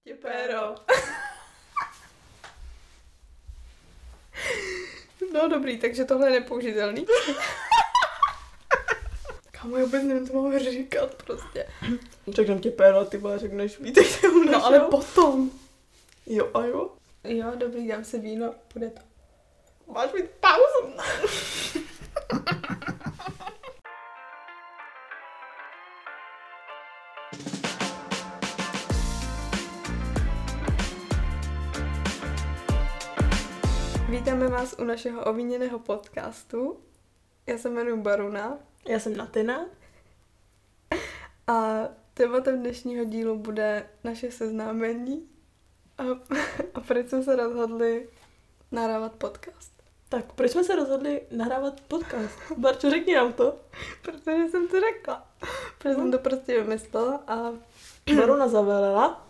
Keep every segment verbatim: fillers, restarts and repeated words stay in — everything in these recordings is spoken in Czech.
Těpéro. No dobrý, takže tohle je nepoužitelný. Kámo, já vůbec nevím, co mám říkat prostě. Řekneme těpéro, ty vole, řekneš vítej se u No ale potom. Jo a jo? Jo, dobrý, dám si víno, půjde to. Máš mít pauzu. Vítáme vás u našeho ovíněného podcastu. Já se jmenuji Baruna. Já jsem Natina. A tématem dnešního dílu bude naše seznámení. A, a proč jsme se rozhodli nahrávat podcast. Tak, proč jsme se rozhodli nahrávat podcast? Barčo, řekni nám to. Protože jsem to řekla. Protože no. jsem to prostě vymyslela a... Baruna zavelela.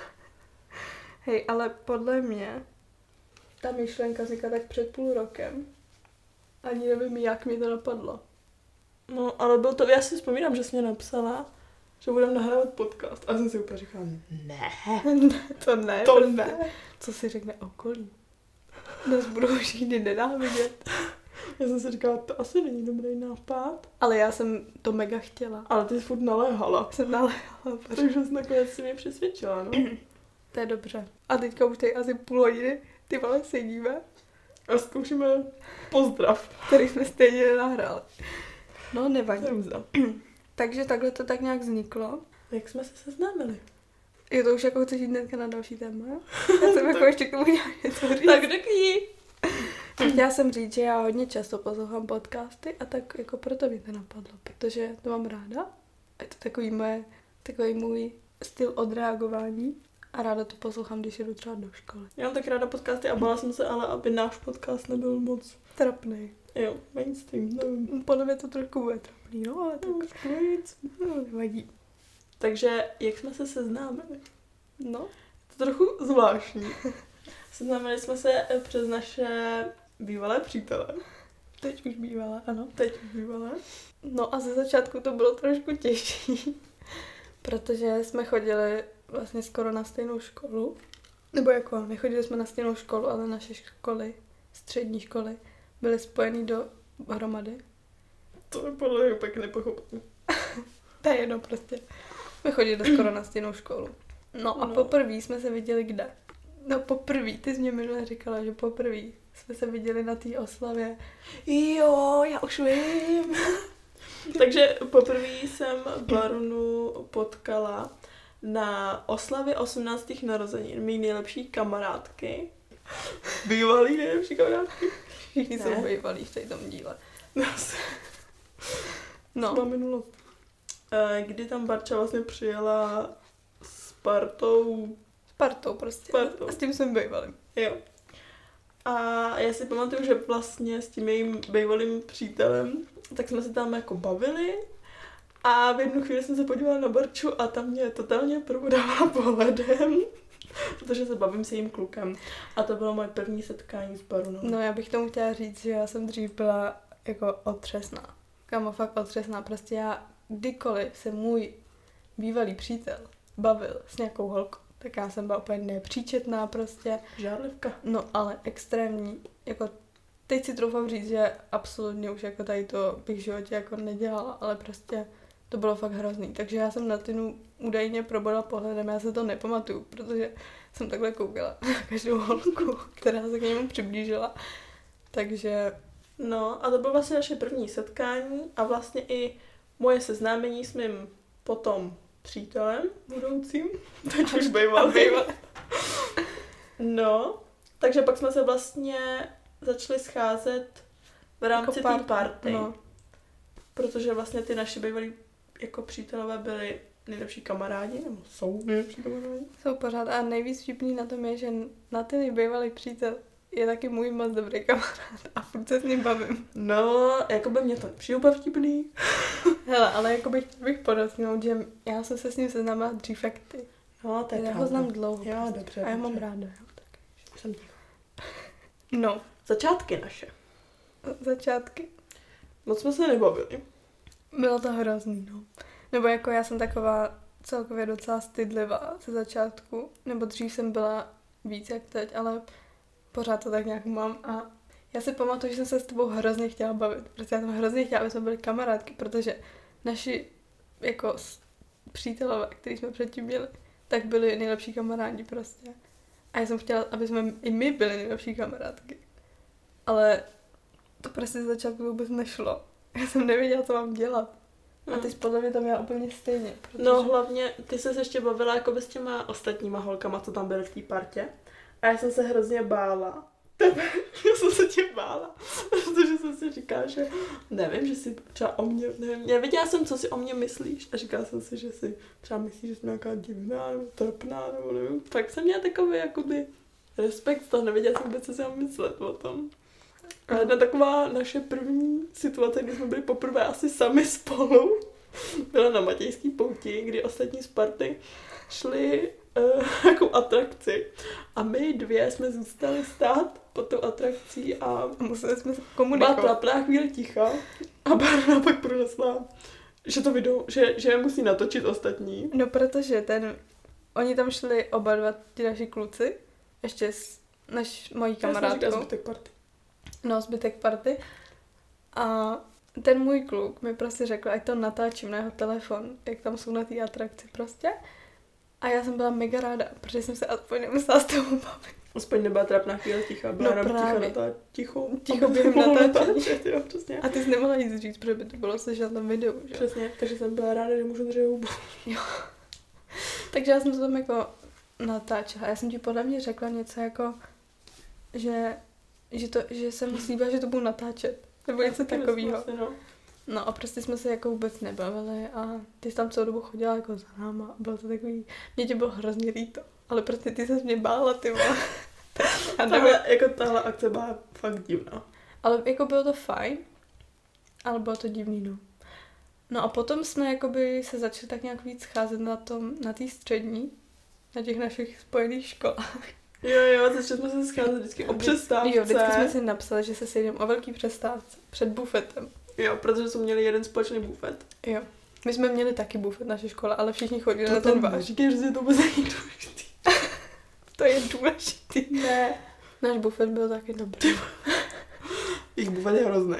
Hej, ale podle mě ta myšlenka vznikla tak před půl rokem. Ani nevím, jak mi to napadlo. No, ale byl to, já si vzpomínám, že jsi mě napsala, že budeme nahrávat podcast. A jsem si úplně říkala, ne. ne, to ne. To prostě. ne. Co si řekne okolí? Nás budou všichni nenávidět. Já jsem si říkala, to asi není dobrý nápad. Ale já jsem to mega chtěla. Ale ty jsi furt naléhala. Jsem naléhala. Takže jsi nakonec si mě přesvědčila, no. To je dobře. A teďka už tady asi půl hodiny ty vole sedíme. A zkoušíme pozdrav. Který jsme stejně nenahráli. No, nevadí. Růza. Takže takhle to tak nějak vzniklo. Jak jsme se seznámili? Je to už jako chceš jít hnedka na další téma? Já jsem jako ještě k tomu měla něco říct. Tak řekni. Chtěla jsem říct, že já hodně často poslouchám podcasty a tak jako proto mi to napadlo, protože to mám ráda. A je to takový, moje, takový můj styl odreagování a ráda to poslouchám, když jdu třeba do školy. Já mám tak ráda podcasty a bála jsem se, ale aby náš podcast nebyl moc... Trapnej. Jo, mainstream, nevím. Podle mě to trošku bude trapný, no ale tak No, no, nevadí. Takže jak jsme se seznámili? No. To trochu zvláštní. Seznámili jsme se přes naše bývalé přítele. Teď už bývala, ano. Teď už bývalé. No a ze začátku to bylo trošku těžší, protože jsme chodili vlastně skoro na stejnou školu. Nebo jako, nechodili jsme na stejnou školu, ale naše školy, střední školy, byly spojený do hromady. To je podle mě úplně nepochopení. To je jedno prostě. My chodili skoro na stejnou školu. No a No. poprvé jsme se viděli kde? No poprvé, ty jsi mě minule říkala, že poprvé jsme se viděli na té oslavě. Jo, já už vím. Takže poprvé jsem Barunu potkala na oslavě osmnáctých narozenin mý nejlepší kamarádky. Bývalý nejlepší kamarádky. Všichni Ne. jsou bývalí v tom díle. No. No. minulost. Kdy tam Barča vlastně přijela s partou. Spartou prostě. Spartou. A s tím jsem bývalým. Jo. A já si pamatuju, že vlastně s tím jejím bývalým přítelem, tak jsme se tam jako bavili a v jednu chvíli jsem se podívala na Barču a tam mě totálně prodávala pohledem, protože se bavím s jejím klukem. A to bylo moje první setkání s Barunou. No já bych tomu chtěla říct, že já jsem dřív byla jako otřesná. Kamo, fakt otřesná. Prostě já kdykoliv se můj bývalý přítel bavil s nějakou holkou, tak já jsem byla úplně nepříčetná prostě. Žárlivka. No ale extrémní. Jako teď si troufám říct, že absolutně už jako tady to bych v životě jako nedělala, ale prostě to bylo fakt hrozný. Takže já jsem na Tinu údajně probodla pohledem, já se to nepamatuju, protože jsem takhle koukala na každou holku, která se k němu přiblížila. Takže No a to bylo vlastně naše první setkání a vlastně i moje seznámení s mým potom přítelem budoucím. Teď už bývalý. No, takže pak jsme se vlastně začali scházet v rámci Jako té party. no. Protože vlastně ty naše bývalí jako přítelové byli nejlepší kamarádi, nebo jsou nejlepší kamarádi. Jsou pořád a nejvíc vtipný na tom je, že na ten bývalý přítel je taky můj moc dobrý kamarád a furt se s ním bavím. No, jako by mě to nepřijde úplně vtipný. Hele, ale jako bych, bych podotknout, že já jsem se s ním seznámila dřív jak ty. No, to je Já ho pravda. znám dlouho. Jo, prostě. dobře, A já dobře. mám ráda, jo. Tak. Už jsem ticho. No, Začátky naše. začátky. Moc jsme se nebavili. Bylo to hrozný, no. Nebo jako já jsem taková celkově docela stydlivá ze začátku, nebo dřív jsem byla víc jak teď, ale pořád to tak nějak mám a já si pamatuju, že jsem se s tebou hrozně chtěla bavit, protože já jsem hrozně chtěla, aby jsme byli kamarádky, protože naši jako přítelové, který jsme předtím měli, tak byli nejlepší kamarádi prostě. A já jsem chtěla, aby jsme i my byli nejlepší kamarádky. Ale to prostě z začátku vůbec nešlo. Já jsem nevěděla, co mám dělat. A ty jsi podle mě to měla úplně stejně. Protože... No hlavně, ty se ještě bavila jako s těma ostatníma holkama, co tam byly v té partě. A já jsem se hrozně bála. Tebe, já jsem se tě bála, protože jsem si říkala, že nevím, že si třeba o mě, nevím, nevěděla jsem, co si o mě myslíš a říkala jsem si, že si třeba myslíš, že jsem nějaká divná nebo trapná nebo nevím. Tak jsem měla takový jakoby respekt z toho, nevěděla jsem vůbec, co si mám myslet o tom. A jedna taková naše první situace, kdy jsme byli poprvé asi sami spolu, byla na Matějský pouti, kdy ostatní z party šli uh, jako atrakci. A my dvě jsme zůstali stát pod tou atrakcí a, a museli jsme se komunikovat. Byla plná chvíli ticha a Barna pak pronesla, že to video, že, že musí natočit ostatní. No protože ten, oni tam šli oba dva ti naši kluci, ještě s naš, mojí kamarádkou. Já jsem zbytek party. No, zbytek party. A ten můj kluk mi prostě řekl, ať to natáčím na jeho telefon, jak tam jsou na té atrakci prostě. A já jsem byla mega ráda, protože jsem se aspoň nemusela s tebou bavit. Aspoň nebyla trapná chvíle ticha, byla no jenom právě. ticha, natá- ticho, ticho během natáčení. Jo, přesně. A ty jsi nemohla nic říct, protože by to bylo slyšet na videu, že? Přesně, takže jsem byla ráda, že můžu držet hubu. Jo. Takže já jsem to tam jako natáčela. Já jsem ti podle mě řekla něco jako, že, že, to, že jsem musela, že to budu natáčet. Nebo něco takového. No. no a prostě jsme se jako vůbec nebavili a ty jsi tam celou dobu chodila jako za náma a bylo to takový, mě tě bylo hrozně líto. Ale prostě ty se mě bála, ty vole. Tahle, jako tahle akce byla fakt divná. Ale jako bylo to fajn, ale bylo to divný, no. No a potom jsme jakoby se začali tak nějak víc scházet na tom, na té střední, na těch našich spojených školách. Jo, jo, začali jsme se scházet vždycky o přestávce. Jo, vždycky jsme si napsali, že se sejdeme o velký přestávce, před bufetem. Jo, protože jsme měli jeden společný bufet. Jo. My jsme měli taky bufet naše škole, ale všichni chodili to na ten váš. Říkej, že to vůbec není důležitý. To je důležitý. Ne. Náš bufet byl taky dobrý. Jejich bufet je hrozný.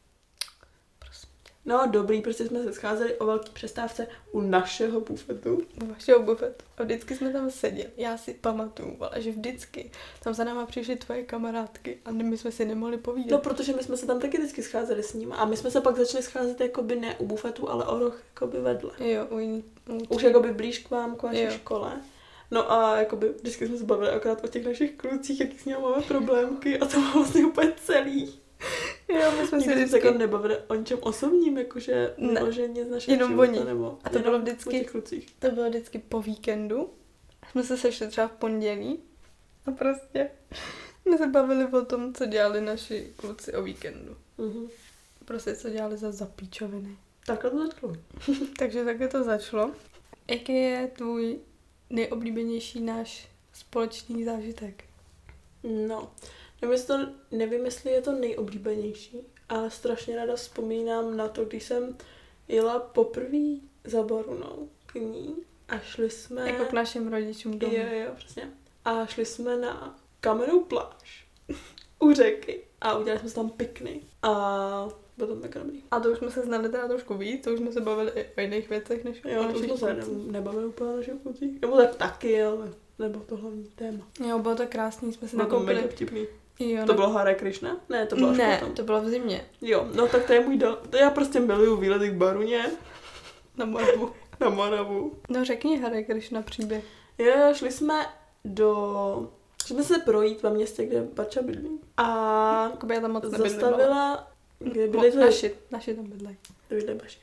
No dobrý, prostě jsme se scházeli o velký přestávce u našeho bufetu. U vašeho bufetu. A vždycky jsme tam seděli. Já si pamatuju, ale že vždycky tam za náma přišly tvoje kamarádky a my jsme si nemohli povídat. No, protože my jsme se tam taky vždycky scházeli s ním a my jsme se pak začali scházet jakoby ne u bufetu, ale o roh jakoby vedle. Jo, u jiný. Už jakoby blíž k vám, k vaší jo. škole. No a jakoby vždycky jsme se bavili akorát o těch našich klucích, jaký s nimi máme problémky a to bylo vlastně úplně celý. Jo, my jsme Nikdy si vždycky... vždycky... jako nebavili o něčem osobním, jakože vyloženě z našeho jenom života, oni. nebo A to bylo vždycky, o těch klucích. to bylo vždycky po víkendu. Jsme se sešli třeba v pondělí a prostě jsme se bavili o tom, co dělali naši kluci o víkendu. Mhm. Prostě co dělali za zapíčoviny. Takhle to začalo. Takže takhle to začalo. Jaký je tvůj nejoblíbenější náš společný zážitek? No, nevím, jestli, to, nevím, jestli je to nejoblíbenější, ale strašně ráda vzpomínám na to, když jsem jela poprvé za Borunou k ní a šli jsme... Jako k našim rodičům domů. Jo, jo, přesně. A šli jsme na kamennou pláž u řeky a udělali jsme tam piknik a bylo to mega dobrý. A to už jsme se znali teda trošku víc, to už jsme se bavili i o jiných věcech, než Jo, o to už našich jsme se klucích. ne, nebavili úplně o našich klucích. Nebo tak taky, ale nebo to hlavní téma. Jo, bylo to krásný, jsme si Bylo to nakoupili. mega vtipný. Jo, To bylo Hare Krishna? Ne, to bylo až ne, potom. to bylo v zimě. Jo, no tak to je můj dal. To já prostě miluju výlety k Baruně Na Moravu. na Moravu. No řekni Hare Krishna příběh. Jo, šli jsme do... Šli jsme se projít ve městě, kde Bača bydlí. A Jakoby já tam moc nebydlím. zastavila... Kde Mo- bydlí to... naši, naši tam bydlej. Kde bydlí Baši.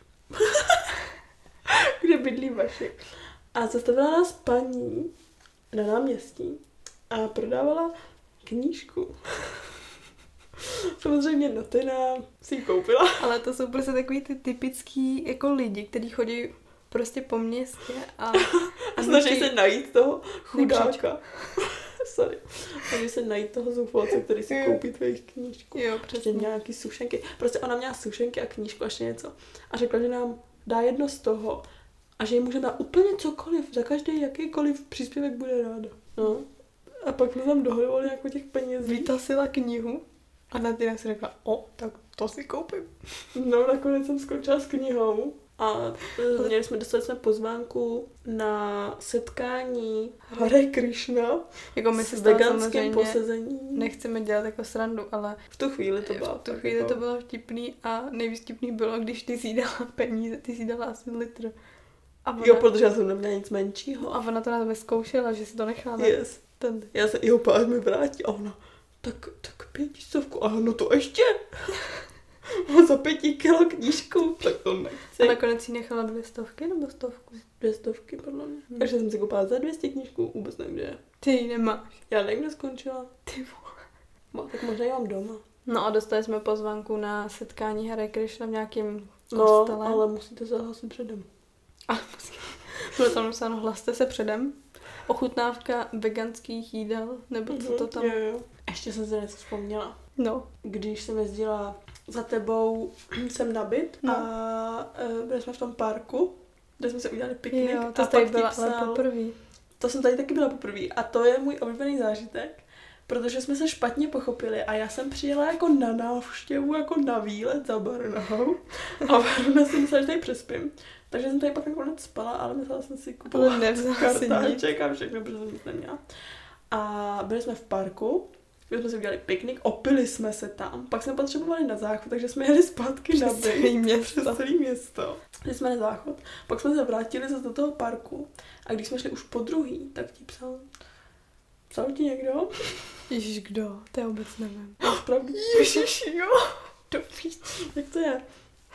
Kde bydlí Baši. A zastavila nás paní na náměstí a prodávala knížku. Samozřejmě Notina si ji koupila. Ale to jsou prostě takový ty typický jako lidi, kteří chodí prostě po městě a... A snaží se najít toho chudáka. Nekřič. Sorry. Snaží se najít toho zoufalce, který si koupí tvojich knížku. Jo, Prostě přesně. nějaký sušenky. Prostě ona měla sušenky a knížku a ještě něco. A řekla, že nám dá jedno z toho. a že jí může dát úplně cokoliv, za každý jakýkoliv příspěvek bude ráda. No. A pak jsme tam dohodovali jako těch peněz. Vytasila knihu a Natina si řekla, o, tak to si koupím. No, nakonec jsem skončila s knihou. A e, měli jsme, dostali jsme pozvánku na setkání Hare Krishna jako my s se stalo veganským posezením. Nechceme dělat jako srandu, ale V tu chvíli to bylo. v tu chvíli to bylo vtipný a nejvíc vtipný bylo, když ty si dala peníze, ty si dala asi litr. A ona, Jo, protože já jsem neměla nic menšího. a ona to na tebe zkoušela, že si to necháme. Yes. Ten. Já se, jo, pár mi vrátí. A ona, tak, tak pětistovku. A no to ještě. A za pěti kilo knížku. Tak to nechci. A nakonec si nechala dvě stovky nebo stovku? Dvě stovky, podle mě. Hmm. Takže jsem si koupila za dvě stě knížku, vůbec nevím, kde je. Ty ji nemáš. Já nevím, kde skončila. Ty vole. No, tak možná ji mám doma. No a dostali jsme pozvánku na setkání Hare Krishna v nějakém No, kostele. ale musíte se hlásit předem. A bylo tam napsáno, hlaste se předem. Ochutnávka veganských jídel, nebo co to tam... Jo, jo. Ještě jsem si dnes vzpomněla. No. Když jsem jezdila za tebou sem na byt No. a e, byli jsme v tom parku, kde jsme se udělali piknik. Jo, to a tady pak byla ti ale psal- poprvé. To jsem tady taky byla poprvé a to je můj oblíbený zážitek, protože jsme se špatně pochopili a já jsem přijela jako na návštěvu, jako na výlet za Barnou a Barna si myslela, že tady přespím. Takže jsem tady pak nakonec spala, ale myslela jsem si kupovat Ale nevzala si nic. kartáček a všechno, protože jsem nic neměla. A byli jsme v parku, kde jsme si udělali piknik, opili jsme se tam, pak jsme potřebovali na záchod, takže jsme jeli zpátky na Přes celý byt, město. přes celý město. Jeli jsme na záchod, pak jsme se vrátili zase do toho parku a když jsme šli už po druhý, tak ti psal, psal ti někdo? Ježíš, kdo? To já vůbec nevím. Máš pravdu? Ježíš, jo. To víc. Jak to je?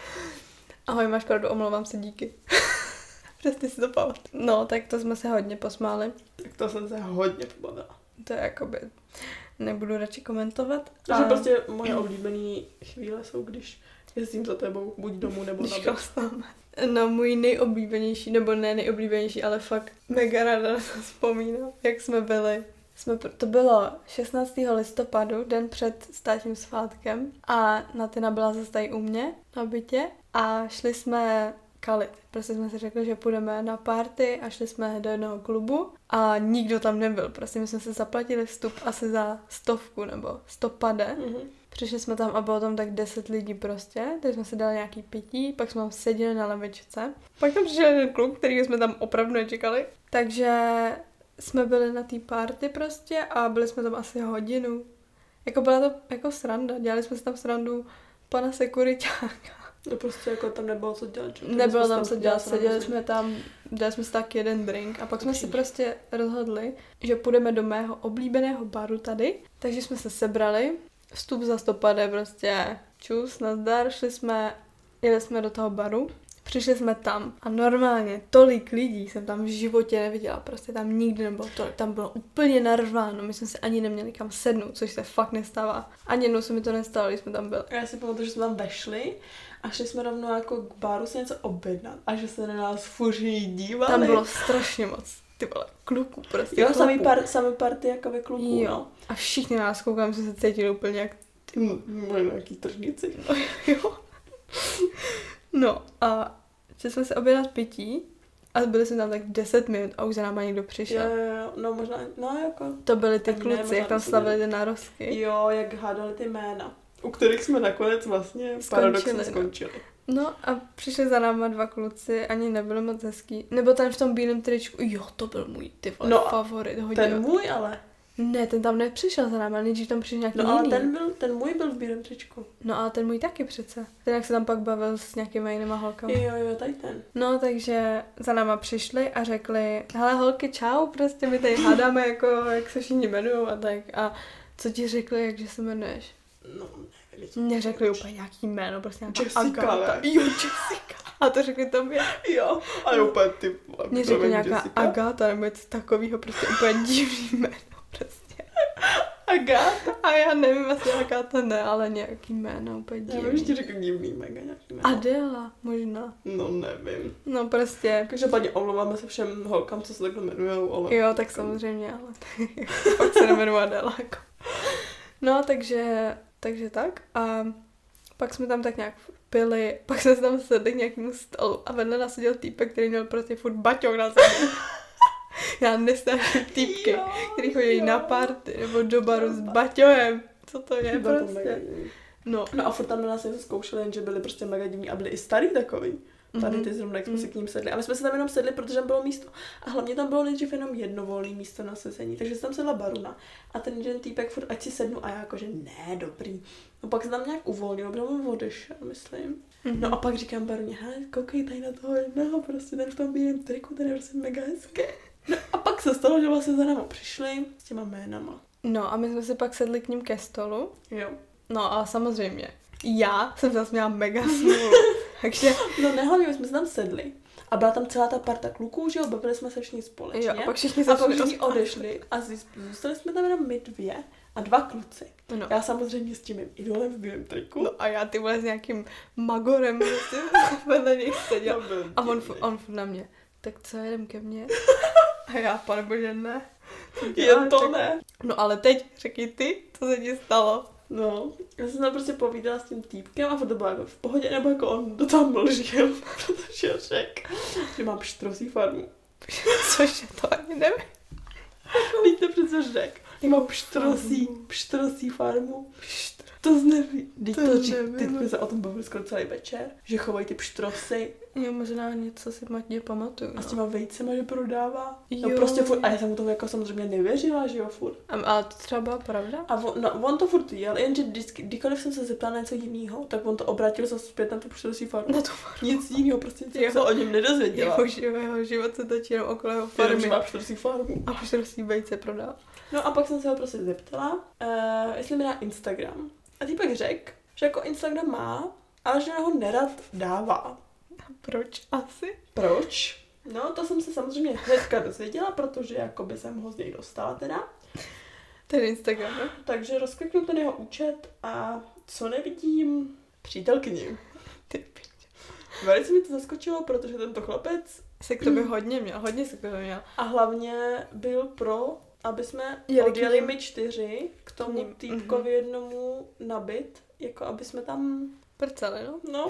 Ahoj, máš pravdu, omlouvám se, díky. Přesně si to pamat. No, tak to jsme se hodně posmáli. Tak to jsem se hodně pobavila. To je jakoby... Nebudu radši komentovat. Takže prostě moje oblíbené chvíle jsou, když jezdím za tebou, buď domů nebo na Když byt. chlastáme. No, můj nejoblíbenější, nebo ne nejoblíbenější, ale fakt mega ráda na to vzpomínám, jak jsme byli. Jsme, pr- to bylo šestnáctého listopadu, den před státním svátkem a Natina byla zase tady u mě na bytě a šli jsme kalit. Prostě jsme si řekli, že půjdeme na party a šli jsme do jednoho klubu a nikdo tam nebyl. Prostě my jsme se zaplatili vstup asi za stovku nebo stopade. Mhm. Přišli jsme tam a bylo tam tak deset lidí prostě, takže jsme si dali nějaký pití, pak jsme tam seděli na lavičce. Pak tam přišel jeden kluk, který jsme tam opravdu nečekali. Takže jsme byli na té party prostě a byli jsme tam asi hodinu. Jako byla to jako sranda, dělali jsme si tam srandu pana sekuriťáka. No prostě jako tam nebylo co dělat. Že? Nebylo jsme tam se co dělat, srandu seděli z jsme tam, dali jsme si tak jeden drink a pak jsme si Upřímně. prostě rozhodli, že půjdeme do mého oblíbeného baru tady, takže jsme se sebrali, vstup za stopade prostě čus, nazdar, šli jsme, jeli jsme do toho baru, přišli jsme tam a normálně tolik lidí jsem tam v životě neviděla, prostě tam nikdy nebylo tolik, tam bylo úplně narváno, my jsme se ani neměli kam sednout, což se fakt nestává. Ani jednou se mi to nestalo, když jsme tam byli. A já si pamatuju, že jsme tam vešli a šli jsme rovnou jako k baru si něco objednat a že se na nás fuří dívali. Tam bylo strašně moc, ty vole, kluků prostě. Jo, chlapů. samý, par, samý party jako ve klubu, Jo. no. A všichni na nás koukali, jsme se cítili úplně jak ty vole. Moje nějaký tržnici. Jo. No a šli jsme se objednat pití a byli jsme tam tak deset minut a už za náma někdo Jo, přišel. jo, jo, no možná, no jako. To byli ty Ani ne, kluci, možná jak tam to slavili byli. ty narozky. Jo, jak hádali ty jména. U kterých jsme nakonec vlastně Skončili, paradoxně no. skončili. No a přišli za náma dva kluci, ani nebyli moc hezký. Nebo ten v tom bílém tričku, jo, to byl můj ty vole, No a favorit. Hodně. Ten můj ale. Ne, ten tam nepřišel za náma, nejdřív tam přišel nějaký No ale jiný. ten, byl, ten můj byl v bílém tričku. No ale ten můj taky přece. Ten jak se tam pak bavil s nějakýma jinýma holkama. Jo, jo, tady ten. No, takže za náma přišli a řekli, hele holky, čau, prostě my tady hádáme, jako, jak se všichni jmenujou a tak. A co ti řekli, jakže se jmenuješ? No, nevím. Mně řekli úplně nějaký jméno, prostě nějaká Jessica, Agáta. ne? Jo, Jessica. A to řekli tobě. Jo, a jo, úplně ty vole, Mně řekli promiň, nějaká Jessica. Agáta, nebo něco takového, prostě úplně divný jméno, prostě. Agáta. A já nevím, asi Agáta ne, ale nějaký jméno, úplně Já vím, že ti divný. řekl divný mega nějaký jméno. Adela, možná. No nevím. No prostě. Každopádně omlouváme se všem holkám, co se takhle jmenujou, ale... Jo, tak samozřejmě, ale pak se nemenuje Adela, jako. No, takže, takže tak. A pak jsme tam tak nějak pili, pak jsme se tam sedli k nějakému stolu a vedle nás seděl týpek, který měl prostě furt baťoch na sobě. Já nesnáším týpky, jo, který chodí jo. na party nebo do baru s baťohem. Co to je Bylo prostě? No. no a furt tam na nás něco zkoušeli, jenže byli prostě mega divní a byli i starý takový. Tady ty zrovna, jak jsme mm. si k ním sedli. A my jsme se tam jenom sedli, protože tam bylo místo. A hlavně tam bylo nejdřív jenom jedno volné místo na sezení. Takže se tam sedla Baruna. A ten jeden týpek furt, ať si sednu. A já jakože ne, dobrý. No pak se tam nějak uvolnil, protože on odešel, myslím. Mm-hmm. No a pak říkám Baruně, hele, koukej tady na toho jednoho, prostě ten v tom bílém triku, ten je prostě mega hezký. No a pak se stalo, že vlastně za náma přišli s těma jménama. No a my jsme se pak sedli k ním ke stolu. Jo. No a samozřejmě. Já jsem zase měla mega smůlu. Takže... No nehlavně, my jsme se tam sedli. A byla tam celá ta parta kluků, že jo, bavili jsme se všichni společně. Jo, a pak všichni, a pak všichni odešli a zůstali jsme tam jenom my dvě a dva kluci. No. Já samozřejmě s tím mým idolem v bílém triku. No a já ty vole s nějakým magorem prostě vedle něj seděl. A on, on furt na mě, tak co, jedem ke mně? A já, panebože, ne. Jen to ne. No ale teď řekni ty, co se ti stalo. No, já jsem tam prostě povídala s tím týpkem a to bylo jako v pohodě, nebo jako on do toho mlžil, protože řekl, že mám pštrosí farmu. Cože, to ani nevím. Jako víte přece řekl, mám pštrosí, pštrosí farmu. Pštr. To zneví. Teď to, to teď jsme se o tom bavili skoro celý večer, že chovají ty pštrosy. Jo, možná něco si matně pamatuju. No. A s těma vejcema, že prodává. Jo. No prostě furt, a já jsem mu toho jako samozřejmě nevěřila, že jo, furt. A, ale to třeba byla pravda? A on, no, on to furt jel, jenže vždycky, kdykoliv jsem se zeptala na něco jiného, tak on to obrátil zase zpět na tu pštrosí farmu. Na tu farmu. Nic jiného, prostě jsem se o něm nedozvěděla. Jeho, jeho, jeho život se točí jenom okolo jeho farmy. Jenom, že má pštrosí farmu. A pštrosí vejce prodává. No a pak jsem se ho prostě zeptala, uh, jestli mi dá Instagram. A týpek řekl, že jako Instagram má, ale že ho nerad dává. Proč asi? Proč? No, to jsem se samozřejmě hnedka dozvěděla, protože jakoby jsem ho z něj dostala teda. Ten Instagram, ne? Takže rozkliknu ten jeho účet a co nevidím? Přítelkyni. Ty pič. Velice mi to zaskočilo, protože tento chlapec se k tobě hodně měl, hodně se k tobě měl. A hlavně byl pro, aby jsme Jeli odjeli my čtyři k tomu ním. týpkovi jednomu na byt, jako aby jsme tam... Prcali, no? No.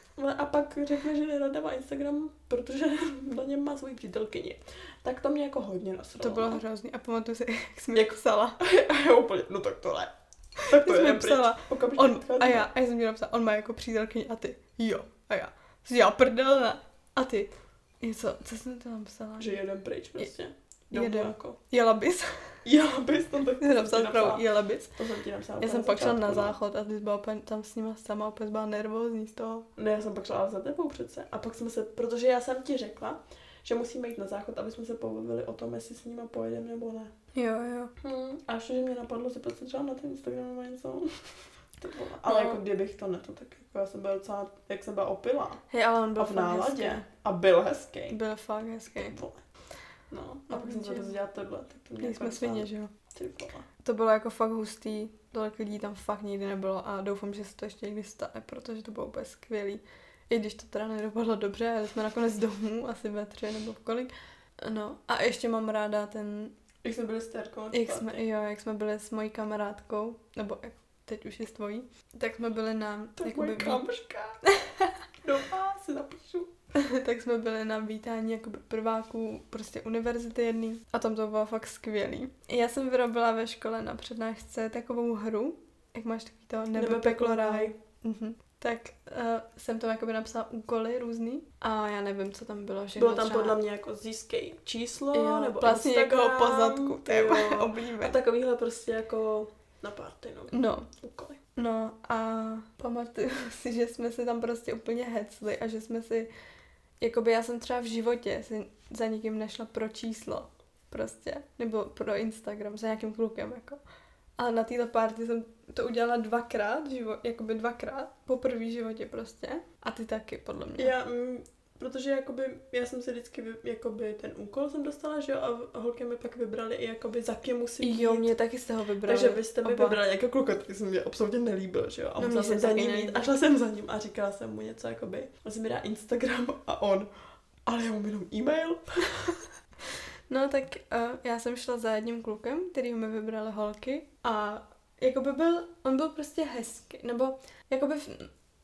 A pak řekne, že nerad dává Instagram, protože na něm má svoji přítelkyni. Tak to mě jako hodně nasralo. To bylo hrozný. A pamatuju si, jak jsi mi jak... psala. A já úplně, no tak tohle. Tak to je psala. On, a já, a já jsem mi napsala, on má jako přítelkyni a ty, jo. A já, já prdel, ne. A ty, něco, co jsem to napsala? Že jedem pryč prostě. Je, jedem. Jako. Jela bys. Jela bys, tam tak jsem napsala pravou, jela bys. To jsem ti napsala. Já jsem pak šla na záchod a ty jsi byla tam s nima sama, opět byla nervózní z toho. Ne, já jsem pak šla za tebou přece. A pak jsme se, protože já jsem ti řekla, že musíme jít na záchod, aby jsme se pobavili o tom, jestli s nima pojedeme nebo ne. Jo, jo. Hmm. A ještě, že mě napadlo se prostě třeba na ten Instagram nebo něco. Ale no. Jako kdybych to neto, tak jako já jsem byla docela, jak jsem byla opila. Hej, ale on byl a v náladě. Hezký. A byl hezký. Byl fakt hezký. No, a pak jsem se dozvěděla tohle, tak to mě jsme svině, že jo. Ty vole. To bylo jako fakt hustý, tolik lidí tam fakt nikdy nebylo a doufám, že se to ještě někdy stane, protože to bylo úplně skvělý. I když to teda nedopadlo dobře, jeli jsme nakonec domů, asi ve tři nebo v kolik. No a ještě mám ráda ten... Jak jsme byli s Terkou. Jak jsme, jo, jak jsme byli s mojí kamarádkou, nebo jak teď už je s tvojí, tak jsme byli na... To je moje kámoška. Doma si napíšu. Tak jsme byli na vítání jakoby prváků prostě univerzity jedný a tam to bylo fakt skvělý. Já jsem vyrobila ve škole na přednášce takovou hru, jak máš takový to nebe, nebe peklo ráj. Mhm. Tak uh, jsem tam jakoby napsala úkoly různý a já nevím, co tam bylo. Bylo tam třeba... podle mě jako získej číslo, jo, nebo vlastně Instagram. Někoho pozadku, to je oblíbené. A takovýhle prostě jako na party, no. No. Úkoly. No a pamatuju si, že jsme se tam prostě úplně hecli a že jsme si jakoby já jsem třeba v životě si za nikým nešla pro číslo, prostě, nebo pro Instagram, za nějakým klukem, jako. Ale na této party jsem to udělala dvakrát, živo, jakoby dvakrát, po první životě prostě. A ty taky, podle mě. Já, mm, protože jakoby, já jsem si vždycky, jakoby ten úkol jsem dostala, že jo, a holky mi pak vybrali i jakoby za kým musím jít. Jo, mě taky z toho vybrali. Takže vy jste mi oba. Vybrali jako kluka, který jsem mě absolutně nelíbil, že jo. A no, musela jsem za ním jít a šla jsem za ním a říkala jsem mu něco jakoby, asi mi dá Instagram a on, ale já mám jenom e-mail. No tak uh, já jsem šla za jedním klukem, který mi vybrali holky a jakoby byl, on byl prostě hezký, nebo jakoby v,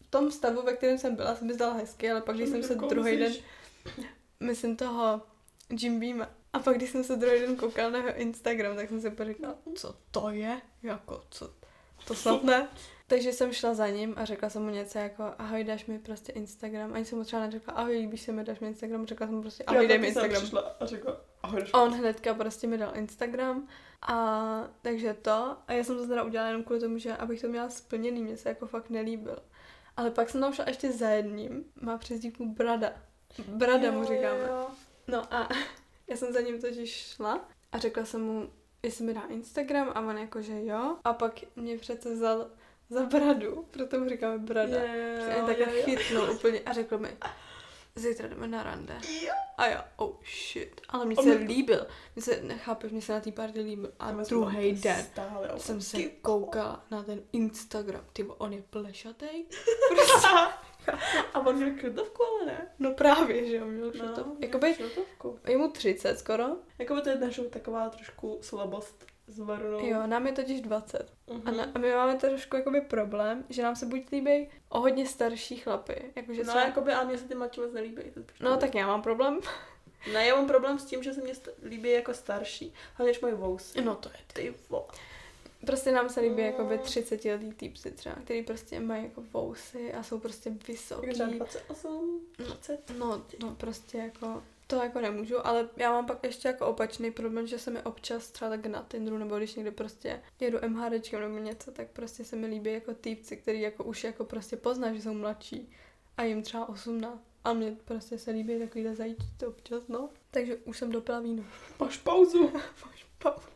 v tom stavu, ve kterém jsem byla, jsem mi zdala hezky, ale pak, když jsem se druhý den, myslím toho Jim Beama, a pak, když jsem se druhý den koukala na jeho Instagram, tak jsem si říkala, co to je? Jako, co? To snad ne. Takže jsem šla za ním a řekla jsem mu něco jako ahoj, dáš mi prostě Instagram. Ani jsem mu třeba neřekla ahoj, líbíš se mi, dáš mi Instagram. Řekla jsem mu prostě ahoj, dej mi Instagram. A řekla, ahoj, a on hnedka prostě mi dal Instagram. A takže to. A já jsem to teda udělala jenom kvůli tomu, že abych to měla splněný, mě se jako fakt nelíbil. Ale pak jsem tam šla ještě za jedním. Má přezdívku Brada. Brada jo, mu říkáme. Jo, jo. No a já jsem za ním totiž šla a řekla jsem mu, jestli mi dá Instagram a on jako, že jo. A pak mě přece vzal za Bradu, proto mu říkáme Brada. Je, jo, takhle chytnul úplně a řekl mi, zítra jdeme na rande. Jo. A já, oh shit. Ale mně se líbil. Mně se, nechápeš, mně se na té party líbil. A druhý den stále, jsem se koukala na ten Instagram. Tybo, on je plešatej. Prostě. A on měl krutovku, ale ne? No právě, že on měl krutovku. No, Jakoby, je mu třicet skoro. Jakoby to je naše taková trošku slabost s Varunou. Jo, nám je totiž dvacet. Uh-huh. A, na, a my máme trošku jakoby problém, že nám se buď líbí o hodně starší chlapy. Jakože no, třeba... jakoby, a mně se ty mladší moc nelíbí. No, tak já mám problém. Ne, já mám problém s tím, že se mě st- líbí jako starší. Hlavně, že mají vousy. No, to je ty vole. Prostě nám se líbí jakoby třicetiletý týpci třeba, který prostě mají jako vousy a jsou prostě vysoký. Třeba dvacet osm, třicet. No, no, prostě jako, to jako nemůžu, ale já mám pak ještě jako opačný problém, že se mi občas třeba tak na Tinderu, nebo když někde prostě jedu MHDčkem nebo něco, tak prostě se mi líbí jako týpci, který jako už jako prostě pozná, že jsou mladší a jim třeba osmnáct. A mně prostě se líbí takovýhle zajíčci občas, no. Takže už jsem dopila víno. Máš pauzu. Máš pauzu.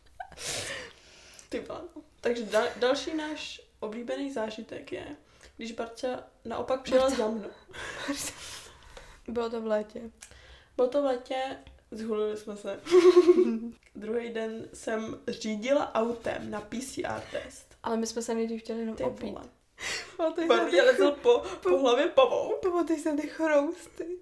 Ty no. Takže da- další náš oblíbený zážitek je, když Barča naopak přijela Barča. za mnou. Bylo to v létě. Bylo to v létě, zhulili jsme se. Druhý den jsem řídila autem na P C R test. Ale my jsme se nejdřív chtěli jenom opít. Barča lezl po, po hlavě pavou. Pamatuješ se ty chrousty.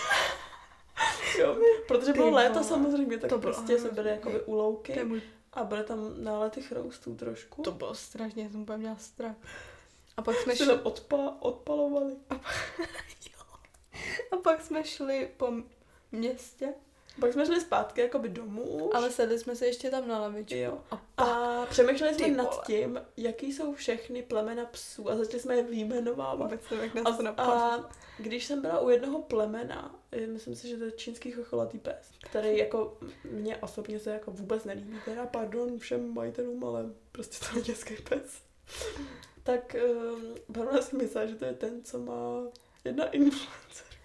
Jo, protože bylo léto samozřejmě, tak to prostě jsme byli jakoby u louky. Můj... A byly tam nálety chroustů trošku. To bylo strašně, já jsem úplně měla strach. A pak jsme šli... odpa- odpalovali. A pak... A pak jsme šli po městě. Pak jsme šli zpátky jakoby domů. Ale sedli jsme se ještě tam na lavičku. Jo. A, pak... a přemýšleli jsme nad tím, jaký jsou všechny plemena psů a začali jsme je vyjmenovávat. A, a když jsem byla u jednoho plemena, myslím si, že to je čínský chocholatý pes, který jako mě osobně se jako vůbec nelíbí, teda pardon všem majitelům, ale prostě to je dětský pes. Tak um, Barona si myslela, že to je ten, co má jedna influencerka.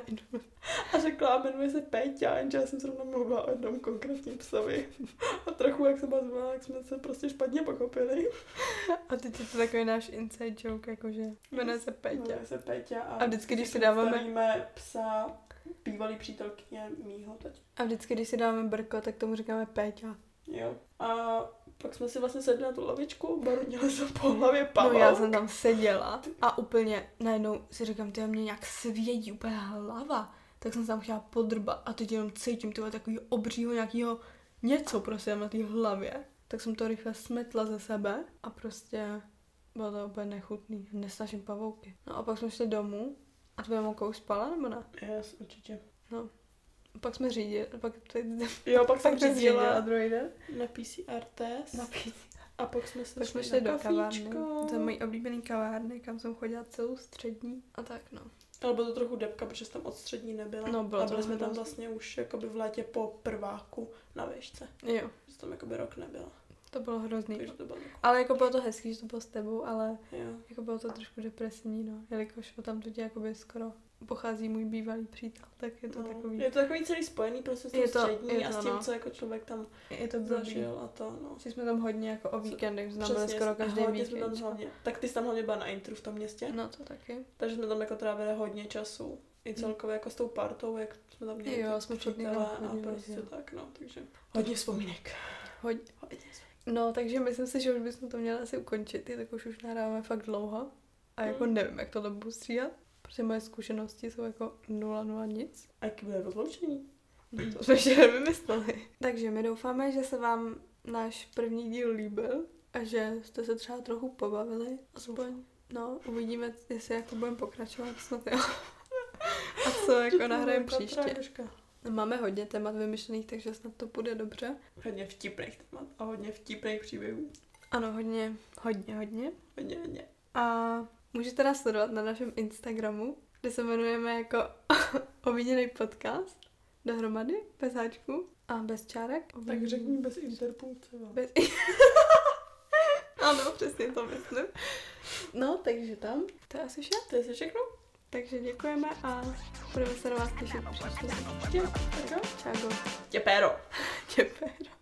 A řekla, jmenuje se Péťa, jenže já jsem zrovna mluvila o jednom konkrétním psovi. A trochu, jak jsem byla zvolila, jak jsme se prostě špatně pochopili. A teď je to takový náš inside joke, jakože jmenuje se Péťa. Jmenuje se Péťa a, a vždycky, když si dáváme... Stavíme psa bývalý přítelkyně mýho teď. A vždycky, když si dáváme brko, tak tomu říkáme Péťa. Jo. A pak jsme si vlastně sedli na tu lavičku, Baru měla se po hlavě pavouk. No já jsem tam seděla a úplně najednou si říkám, tyhle mě nějak svědí úplně hlava. Tak jsem se tam chtěla podrbat a teď jenom cítím tyhle takový obřího nějakýho něco prostě na té hlavě. Tak jsem to rychle smetla ze sebe a prostě bylo to úplně nechutný. Nesnažím pavouky. No a pak jsme šli domů a tvoje mamka už spala nebo ne? Yes, určitě. No. Pak jsme řídili, pak, jo, pak jsem řídila, řídila druhý den na P C R test. Na P C R. A pak jsme se pak šli, šli na do kafíčko. kavárny. To je mojí oblíbený kavárny, kam jsem chodila celou střední. A tak no. Ale bylo to trochu depka, protože jsem tam od střední nebyla. No, bylo a byli to jsme tam hrozný. vlastně už jakoby v létě po prváku na výšce. Jo. Že tam jakoby rok nebyla. To bylo hrozný. Takže to bylo jako... Ale jako bylo to hezký, že to bylo s tebou, ale jo. jako bylo to trošku depresivní, no. Jelikož tam tu tě jakoby skoro pochází můj bývalý přítel, tak je to no. takový... Je to takový celý spojený prostě s tou je to, střední je to, a s tím, no. co jako člověk tam je to zažil a to, no. Že jsme tam hodně jako o víkendech, jsme tam byli skoro každý víkend. Hlavně, tak ty jsi tam hlavně byla na intru v tom městě? No to taky. Takže jsme tam jako trávili hodně času. I celkově jako s tou partou, jak jsme tam měli jo, jsme přítele a hodně prostě jo. tak, no, takže hodně vzpomínek. Hodně. hodně No, takže myslím si, že už bychom to měli asi ukončit, tak už už nahráváme fakt dlouho a jako mm. nevím, jak to budu stříhat, protože moje zkušenosti jsou jako nula, nula nic. A jaký bude rozloučení? To jsme ještě nevymysleli. Takže my doufáme, že se vám náš první díl líbil a že jste se třeba trochu pobavili, aspoň No, uvidíme, jestli jako budeme pokračovat, snad jo. A co jako nahrajeme příště. Máme hodně témat vymyšlených, takže snad to půjde dobře. Hodně vtipných témat a hodně vtipných příběhů. Ano, hodně, hodně, hodně. Hodně, hodně. A můžete nás sledovat na našem Instagramu, kde se jmenujeme jako Oviněnej podcast. Dohromady, bez háčku a bez čárek. Tak řekni bez interpunkce. Bez... Ano, přesně to myslím. No, takže tam. To je asi vše. To je asi všechno. Takže děkujeme a budeme se na vás těšit příště. Tak jo. Čágo. Těpéro. Těpéro.